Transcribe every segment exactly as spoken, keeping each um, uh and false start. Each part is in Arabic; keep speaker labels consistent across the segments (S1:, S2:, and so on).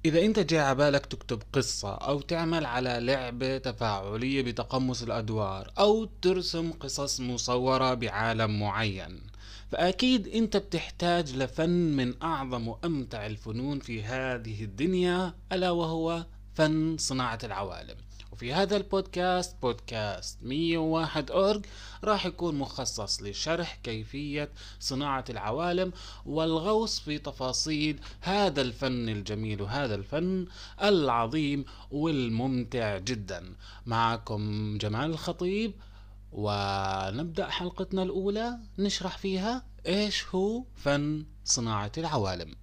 S1: إذا أنت جاي عبالك تكتب قصة أو تعمل على لعبة تفاعلية بتقمص الأدوار أو ترسم قصص مصورة بعالم معين، فأكيد أنت بتحتاج لفن من أعظم وأمتع الفنون في هذه الدنيا، ألا وهو فن صناعة العوالم. وفي هذا البودكاست بودكاست مية وواحد أورج راح يكون مخصص لشرح كيفية صناعة العوالم والغوص في تفاصيل هذا الفن الجميل وهذا الفن العظيم والممتع جدا. معكم جمال الخطيب، ونبدأ حلقتنا الأولى نشرح فيها إيش هو فن صناعة العوالم.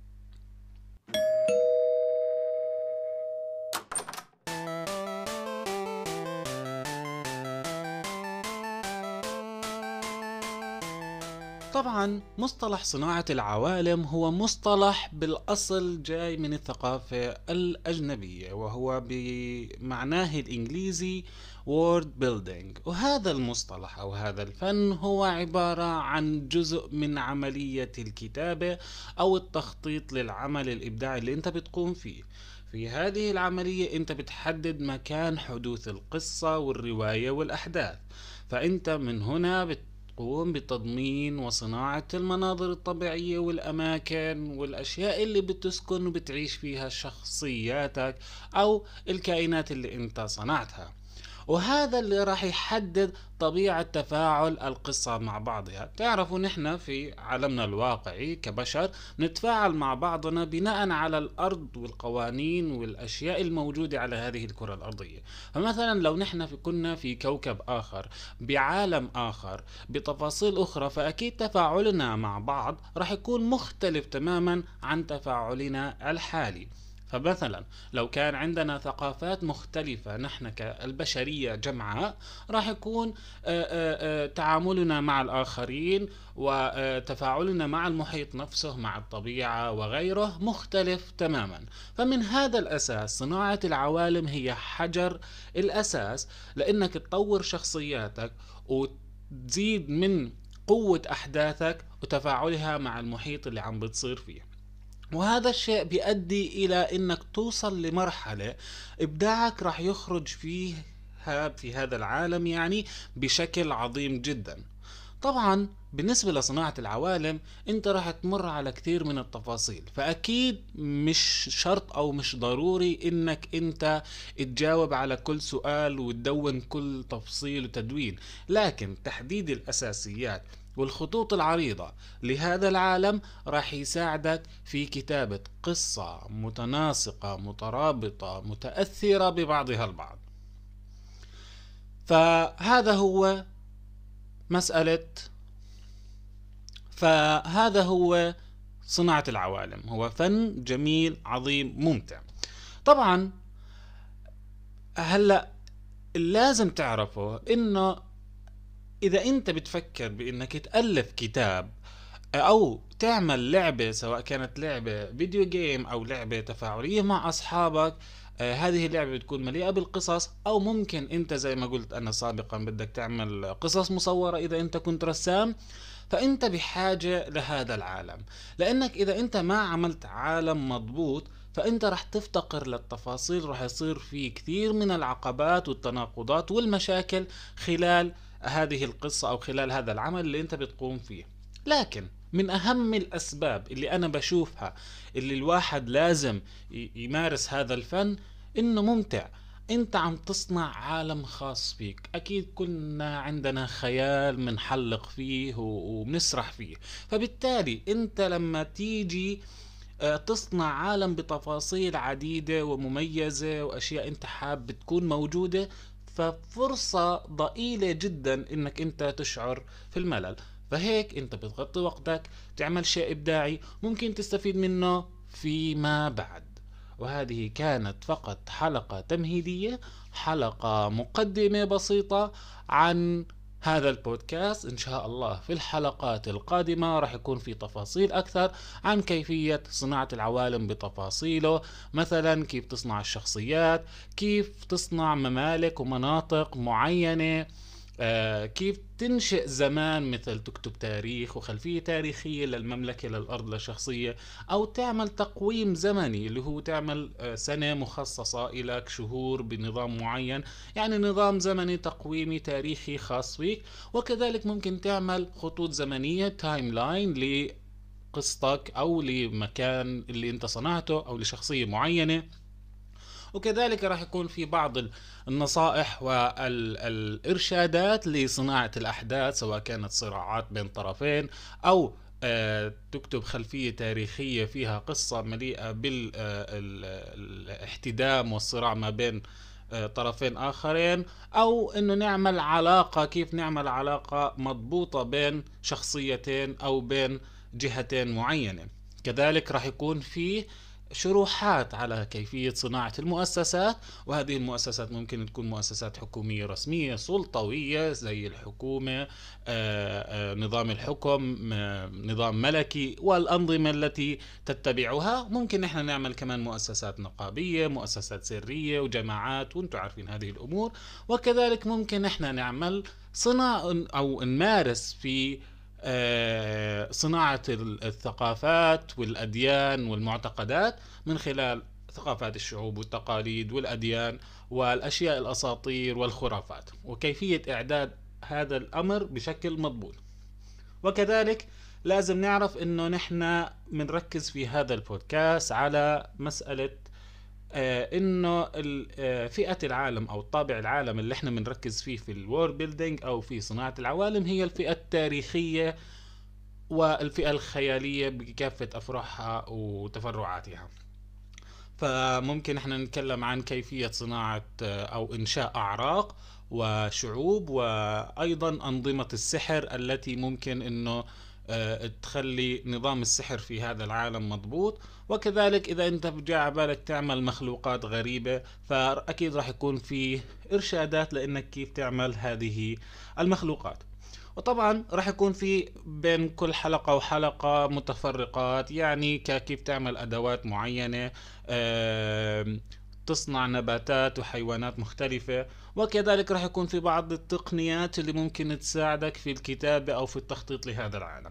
S1: طبعا مصطلح صناعة العوالم هو مصطلح بالأصل جاي من الثقافة الأجنبية، وهو بمعناه الإنجليزي World Building. وهذا المصطلح أو هذا الفن هو عبارة عن جزء من عملية الكتابة أو التخطيط للعمل الإبداعي اللي أنت بتقوم فيه. في هذه العملية أنت بتحدد مكان حدوث القصة والرواية والأحداث، فأنت من هنا بت تقوم بتضمين وصناعة المناظر الطبيعية والأماكن والأشياء اللي بتسكن وبتعيش فيها شخصياتك أو الكائنات اللي انت صنعتها، وهذا اللي راح يحدد طبيعة تفاعل القصة مع بعضها. تعرفوا نحن في عالمنا الواقعي كبشر نتفاعل مع بعضنا بناء على الأرض والقوانين والأشياء الموجودة على هذه الكرة الأرضية. فمثلا لو نحن في كنا في كوكب آخر بعالم آخر بتفاصيل أخرى، فأكيد تفاعلنا مع بعض راح يكون مختلف تماما عن تفاعلنا الحالي. فمثلا لو كان عندنا ثقافات مختلفة نحن كالبشرية جمعاء، راح يكون آه، آه، آه، تعاملنا مع الآخرين وتفاعلنا مع المحيط نفسه مع الطبيعة وغيره مختلف تماما. فمن هذا الأساس صناعة العوالم هي حجر الأساس لأنك تطور شخصياتك وتزيد من قوة أحداثك وتفاعلها مع المحيط اللي عم بتصير فيه. وهذا الشيء بيؤدي إلى أنك توصل لمرحلة إبداعك راح يخرج فيها في هذا العالم يعني بشكل عظيم جدا. طبعا بالنسبة لصناعة العوالم انت راح تمر على كثير من التفاصيل، فأكيد مش شرط أو مش ضروري انك انت تجاوب على كل سؤال وتدون كل تفصيل وتدوين، لكن تحديد الأساسيات والخطوط العريضة لهذا العالم راح يساعدك في كتابة قصة متناسقة مترابطة متأثرة ببعضها البعض. فهذا هو مسألة فهذا هو صناعة العوالم، هو فن جميل عظيم ممتع. طبعا هلأ لازم تعرفه انه اذا انت بتفكر بانك تألف كتاب او تعمل لعبة، سواء كانت لعبة فيديو جيم او لعبة تفاعلية مع اصحابك، آه هذه اللعبة بتكون مليئة بالقصص، او ممكن انت زي ما قلت انا سابقا بدك تعمل قصص مصورة اذا انت كنت رسام، فانت بحاجة لهذا العالم. لانك اذا انت ما عملت عالم مضبوط فانت رح تفتقر للتفاصيل، رح يصير في كثير من العقبات والتناقضات والمشاكل خلال هذه القصة او خلال هذا العمل اللي انت بتقوم فيه. لكن من اهم الاسباب اللي انا بشوفها اللي الواحد لازم يمارس هذا الفن انه ممتع. انت عم تصنع عالم خاص فيك، اكيد كلنا عندنا خيال منحلق فيه وبنسرح فيه، فبالتالي انت لما تيجي آه، تصنع عالم بتفاصيل عديدة ومميزة واشياء انت حاب تكون موجودة، ففرصة ضئيلة جدا انك انت تشعر في الملل. فهيك انت بتغطي وقتك تعمل شيء ابداعي ممكن تستفيد منه فيما بعد. وهذه كانت فقط حلقة تمهيدية، حلقة مقدمة بسيطة عن هذا البودكاست. إن شاء الله في الحلقات القادمة راح يكون في تفاصيل أكثر عن كيفية صناعة العوالم بتفاصيله، مثلا كيف تصنع الشخصيات، كيف تصنع ممالك ومناطق معينة، آه، كيف تنشئ زمان، مثل تكتب تاريخ وخلفية تاريخية للمملكة، للأرض، لشخصية، أو تعمل تقويم زمني اللي هو تعمل آه، سنة مخصصة إلك، شهور بنظام معين، يعني نظام زمني تقويمي تاريخي خاص فيك. وكذلك ممكن تعمل خطوط زمنية، تايم لاين، لقصتك أو لمكان اللي انت صنعته أو لشخصية معينة. وكذلك راح يكون في بعض النصائح والإرشادات لصناعة الأحداث، سواء كانت صراعات بين طرفين، أو آه، تكتب خلفية تاريخية فيها قصة مليئة بالاحتدام والصراع ما بين آه، طرفين آخرين، أو إنه نعمل علاقة، كيف نعمل علاقة مضبوطة بين شخصيتين أو بين جهتين معينة. كذلك راح يكون في شروحات على كيفية صناعة المؤسسات، وهذه المؤسسات ممكن تكون مؤسسات حكومية رسمية سلطوية زي الحكومة، آه، آه، نظام الحكم، آه، نظام ملكي، والأنظمة التي تتبعها. ممكن نحن نعمل كمان مؤسسات نقابية، مؤسسات سرية، وجماعات، وانتم عارفين هذه الأمور. وكذلك ممكن نحن نعمل صناعة أو نمارس في آه، صناعة الثقافات والأديان والمعتقدات من خلال ثقافات الشعوب والتقاليد والأديان والأشياء، الأساطير والخرافات، وكيفية إعداد هذا الأمر بشكل مضبوط. وكذلك لازم نعرف انه نحن بنركز في هذا البودكاست على مسألة آه انه ال- آه، فئة العالم او طابع العالم اللي احنا بنركز فيه في الوور بيلدينج او في صناعة العوالم، هي الفئة التاريخية والفئة الخيالية بكافة أفراحها وتفرعاتها. فممكن احنا نتكلم عن كيفية صناعة آه، أو إنشاء أعراق وشعوب، وأيضا أنظمة السحر التي ممكن أنه آه، تخلي نظام السحر في هذا العالم مضبوط. وكذلك إذا أنت جاء على بالك تعمل مخلوقات غريبة، فأكيد راح يكون في إرشادات لأنك كيف تعمل هذه المخلوقات. وطبعا راح يكون في بين كل حلقة وحلقة متفرقات، يعني كيف تعمل أدوات معينة، آم، تصنع نباتات وحيوانات مختلفة. وكذلك راح يكون في بعض التقنيات اللي ممكن تساعدك في الكتابة أو في التخطيط لهذا العالم.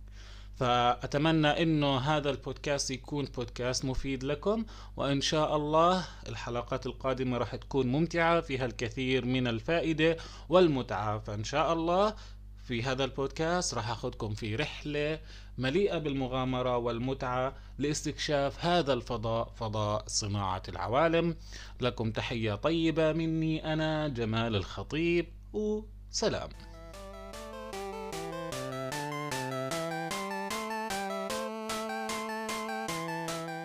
S1: فأتمنى إنه هذا البودكاست يكون بودكاست مفيد لكم، وإن شاء الله الحلقات القادمة راح تكون ممتعة، فيها الكثير من الفائدة والمتعة. فإن شاء الله في هذا البودكاست راح أخذكم في رحلة مليئة بالمغامرة والمتعة لاستكشاف هذا الفضاء، فضاء صناعة العوالم. لكم تحية طيبة مني، أنا جمال الخطيب، وسلام.